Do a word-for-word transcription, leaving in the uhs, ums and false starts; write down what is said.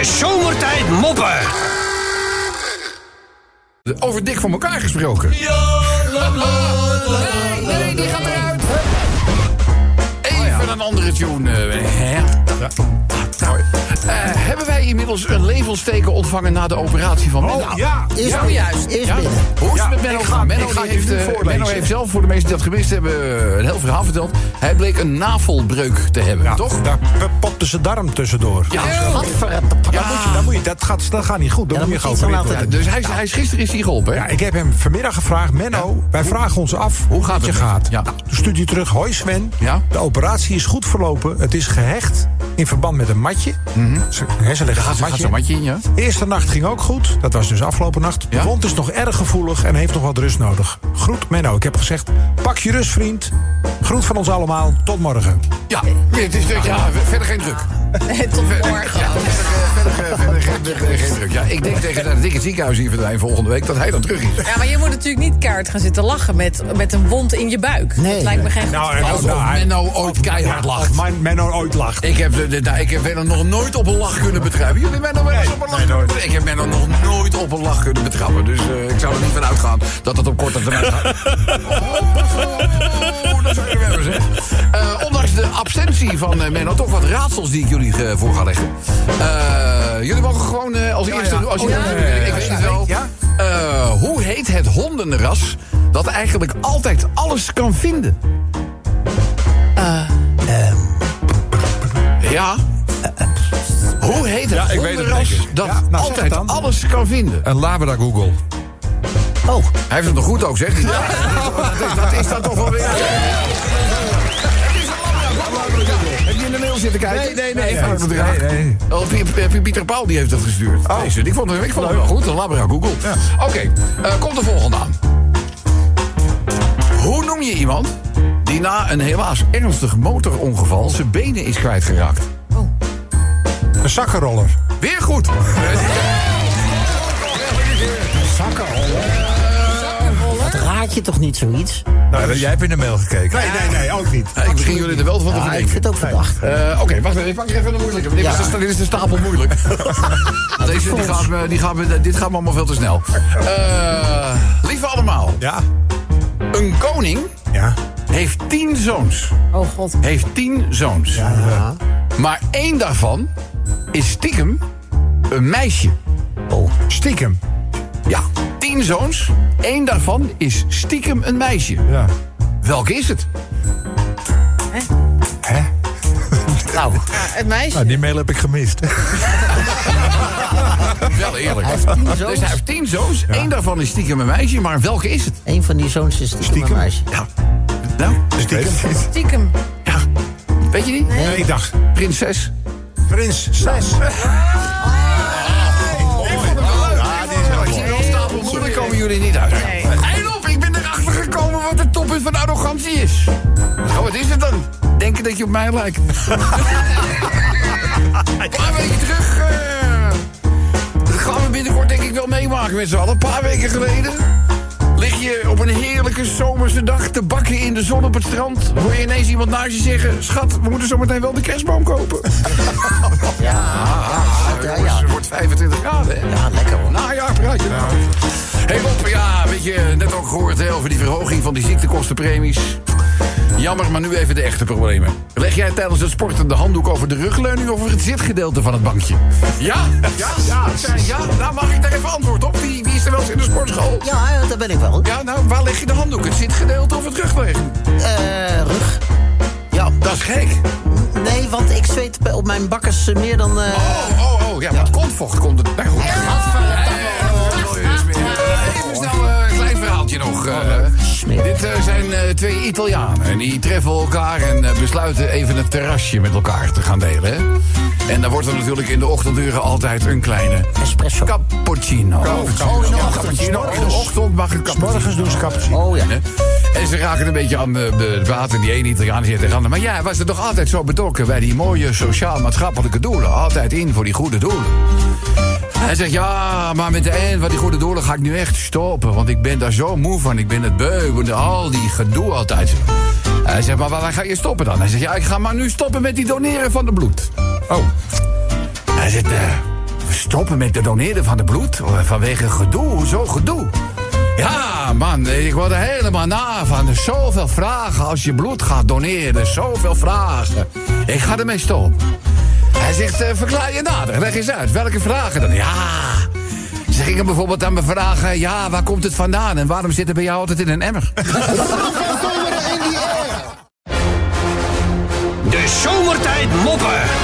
Zomertijd Moppen. Over dik van elkaar gesproken. Nee, nee, die gaat eruit. Even een andere tune. Uh, hè? Nou, uh, hebben wij inmiddels een levelsteken ontvangen na de operatie van Menno? Oh, ja. Is Ja, binnen. juist. Is Ja. binnen. Hoe is Ja, het met Menno ik gegaan? ga- Menno, ik ga die het heeft, nu uh, voorlezen. Menno heeft zelf, voor de mensen die dat gemist hebben, uh, een heel verhaal verteld. Hij bleek een navelbreuk te hebben, Ja, toch? Daar popte zijn darm tussendoor. Ja. Gadverdamme. Ja, dat, moet je, dat, moet je, dat, gaat, dat gaat niet goed. Dan Ja, moet je dan moet je geopereerd iets aan worden. Dus hij, is- hij is, gisteren is hij geholpen, hè? Ja, ik heb hem vanmiddag gevraagd. Menno, wij vragen ons af Hoe hoe gaat het je het met gaat. je? Ja. Nou, toen stuurt hij terug. Hoi Sven, Ja? de operatie is goed verlopen. Het is gehecht in verband met een matje. Mm-hmm. Ze, hè, ze leggen Gaat, een gaat matje. zo'n matje in, ja? De eerste nacht ging ook goed. Dat was dus afgelopen nacht. De Ja? wond is nog erg gevoelig en heeft nog wat rust nodig. Groet Menno. Ik heb gezegd, pak je rust vriend. Groet van ons allemaal. Tot morgen. Ja, het is, ja, verder geen druk. Tot Verder, morgen. ja, verder, verder, verder geen, verder geen druk. Ja, ik denk tegen dat ik het ziekenhuis hier verdwijn volgende week, dat hij dan terug is. Ja, maar je moet natuurlijk niet kaart gaan zitten lachen met, met een wond in je buik. Nee. Dat lijkt me geen goed Nou, idee. en Alsof Nou, hij- Menno ooit keihard lacht. Of mijn Menno ooit lacht. Ik heb, de, de, nou, ik heb Menno nog nooit op een lach kunnen betrappen. Jullie Menno wel eens op een lach nee, kunnen nooit. betrappen? Ik heb Menno nog nooit op een lach kunnen betrappen. Dus uh, ik zou er niet van uitgaan dat het op korte termijn gaat. Oh, dat zou je hebben, zeg. Uh, ondanks de absentie van uh, Menno, toch wat raadsels die ik jullie uh, voor ga leggen. Uh, jullie mogen gewoon uh, als eerste... ja. Als je, Oh, ja, ik, ja, ja, ik ja, weet ja. het wel. Ja? Uh, hoe heet het hondenras dat eigenlijk altijd alles kan vinden? Ja. Hoe heet het Ja, ik weet het, hondenras denk ik. dat Ja, nou, zeg altijd het dan. alles kan vinden? Een Labrador Google. Oh, Hij heeft het nog goed ook, zegt hij. Dat, is, dat is dan toch wel weer... Heb je in de mail zitten kijken? Nee, nee, nee. Van het bedrag. Nee, nee. Oh, P- P- Pieter Paul die heeft dat gestuurd. Oh. Deze. Ik vond het, ik vond het wel goed, een Labrador Google. Oké, okay, uh, komt de volgende aan. Hoe noem je iemand die na een helaas ernstig motorongeval zijn benen is kwijtgeraakt? Een zakkenroller. Weer goed. dat raad je toch niet zoiets? Nou, jij hebt in de mail gekeken. Nee, nee, nee, ook niet. Ik begin jullie er wel van te Ja, ik verdenken. vind het ook verdacht. Uh, Oké, wacht even. Ik pak even een moeilijke. Dit, Ja. is, dit is de stapel moeilijk. Deze, die gaat me, die gaat me, dit gaat me allemaal veel te snel. Uh, lieve allemaal. Ja. Een koning Ja. heeft tien zoons. Oh god. Heeft tien zoons. Ja. Maar één daarvan is stiekem een meisje. Oh, Stiekem. Ja, tien zoons. Één daarvan is stiekem een meisje. Ja. Welke is het? Hè? nou, Ja, het meisje. Nou, die mail heb ik gemist. Wel eerlijk. hij heeft tien Dus zoons. hij heeft tien zoons. Eén daarvan is stiekem een meisje. Maar welke is het? Een van die zoons is stiekem een Stiekem? meisje. Ja. Nou, Stiekem. Stiekem. ja. Weet je niet? Nee, ik dacht. Prinses. Prins zes. Ik zie wel stapel moeilijk, komen jullie niet uit. En op, ik ben erachter gekomen wat het toppunt van arrogantie is. Oh, wat is het dan? Denken dat je op mij lijkt. Een paar weken terug... eh, dat gaan we binnenkort denk ik wel meemaken met z'n allen. Een paar weken geleden... lig je op een heerlijke zomerse dag te bakken in de zon op het strand. Hoor je ineens iemand naast je zeggen... Schat, we moeten zometeen wel de kerstboom kopen. Ja, ja, ja. Het wordt vijfentwintig graden, hè? Ja, lekker hoor. Nou ja, praat je nou. Hé Bob, ja, weet je, net ook gehoord hè, over die verhoging van die ziektekostenpremies. Jammer, maar nu even de echte problemen. Leg jij tijdens het sporten de handdoek over de rugleuning of over het zitgedeelte van het bankje? Ja? Ja? Ja? Zijn, ja? Nou, mag ik daar even antwoord op? Wie, wie is er wel eens in de sportschool? Ja, dat ben ik wel. Ja, nou, waar leg je de handdoek? Het zitgedeelte of het rugleuning? Eh, rug. Ja, Dat is gek. nee, want ik zweet bij- op mijn bakkers eh, meer dan... eh, Oh, oh, oh, ja, maar het kontvocht komt het. Nou goed. Even snel eh, een klein verhaaltje nog. eh. Smeer. Dit eh, zijn eh, twee Italianen. En die treffen elkaar en eh, besluiten even een terrasje met elkaar te gaan delen. Hè? En dan wordt er natuurlijk in de ochtenduren altijd een kleine Espresso. cappuccino. Oh, in de Ja, ochtend. cappuccino. In de ochtend mag een cappuccino. Morgens doen ze cappuccino. Oh ja. Hè? En ze raken een beetje aan de, de praten. Die ene Italiaan die zegt tegen de ander... maar jij was er toch altijd zo betrokken bij die mooie sociaal-maatschappelijke doelen? Altijd in voor die goede doelen. Hij zegt, ja, maar met de een van die goede doelen ga ik nu echt stoppen. Want ik ben daar zo moe van. Ik ben het beu. Want al die gedoe altijd. Hij zegt, maar waar ga je stoppen dan? Hij zegt, ja, ik ga maar nu stoppen met die doneren van de bloed. Oh. Hij zegt, eh, stoppen met de doneren van de bloed? Vanwege gedoe, hoezo gedoe? Ja, man, ik word er helemaal na van. Er zoveel vragen als je bloed gaat doneren. Zoveel vragen. Ik ga ermee stoppen. Hij zegt, uh, verklaar je nader, leg eens uit. Welke vragen dan? Ja, ze gingen bijvoorbeeld aan me vragen... ja, waar komt het vandaan en waarom zit het bij jou altijd in een emmer? De zomertijd moppen.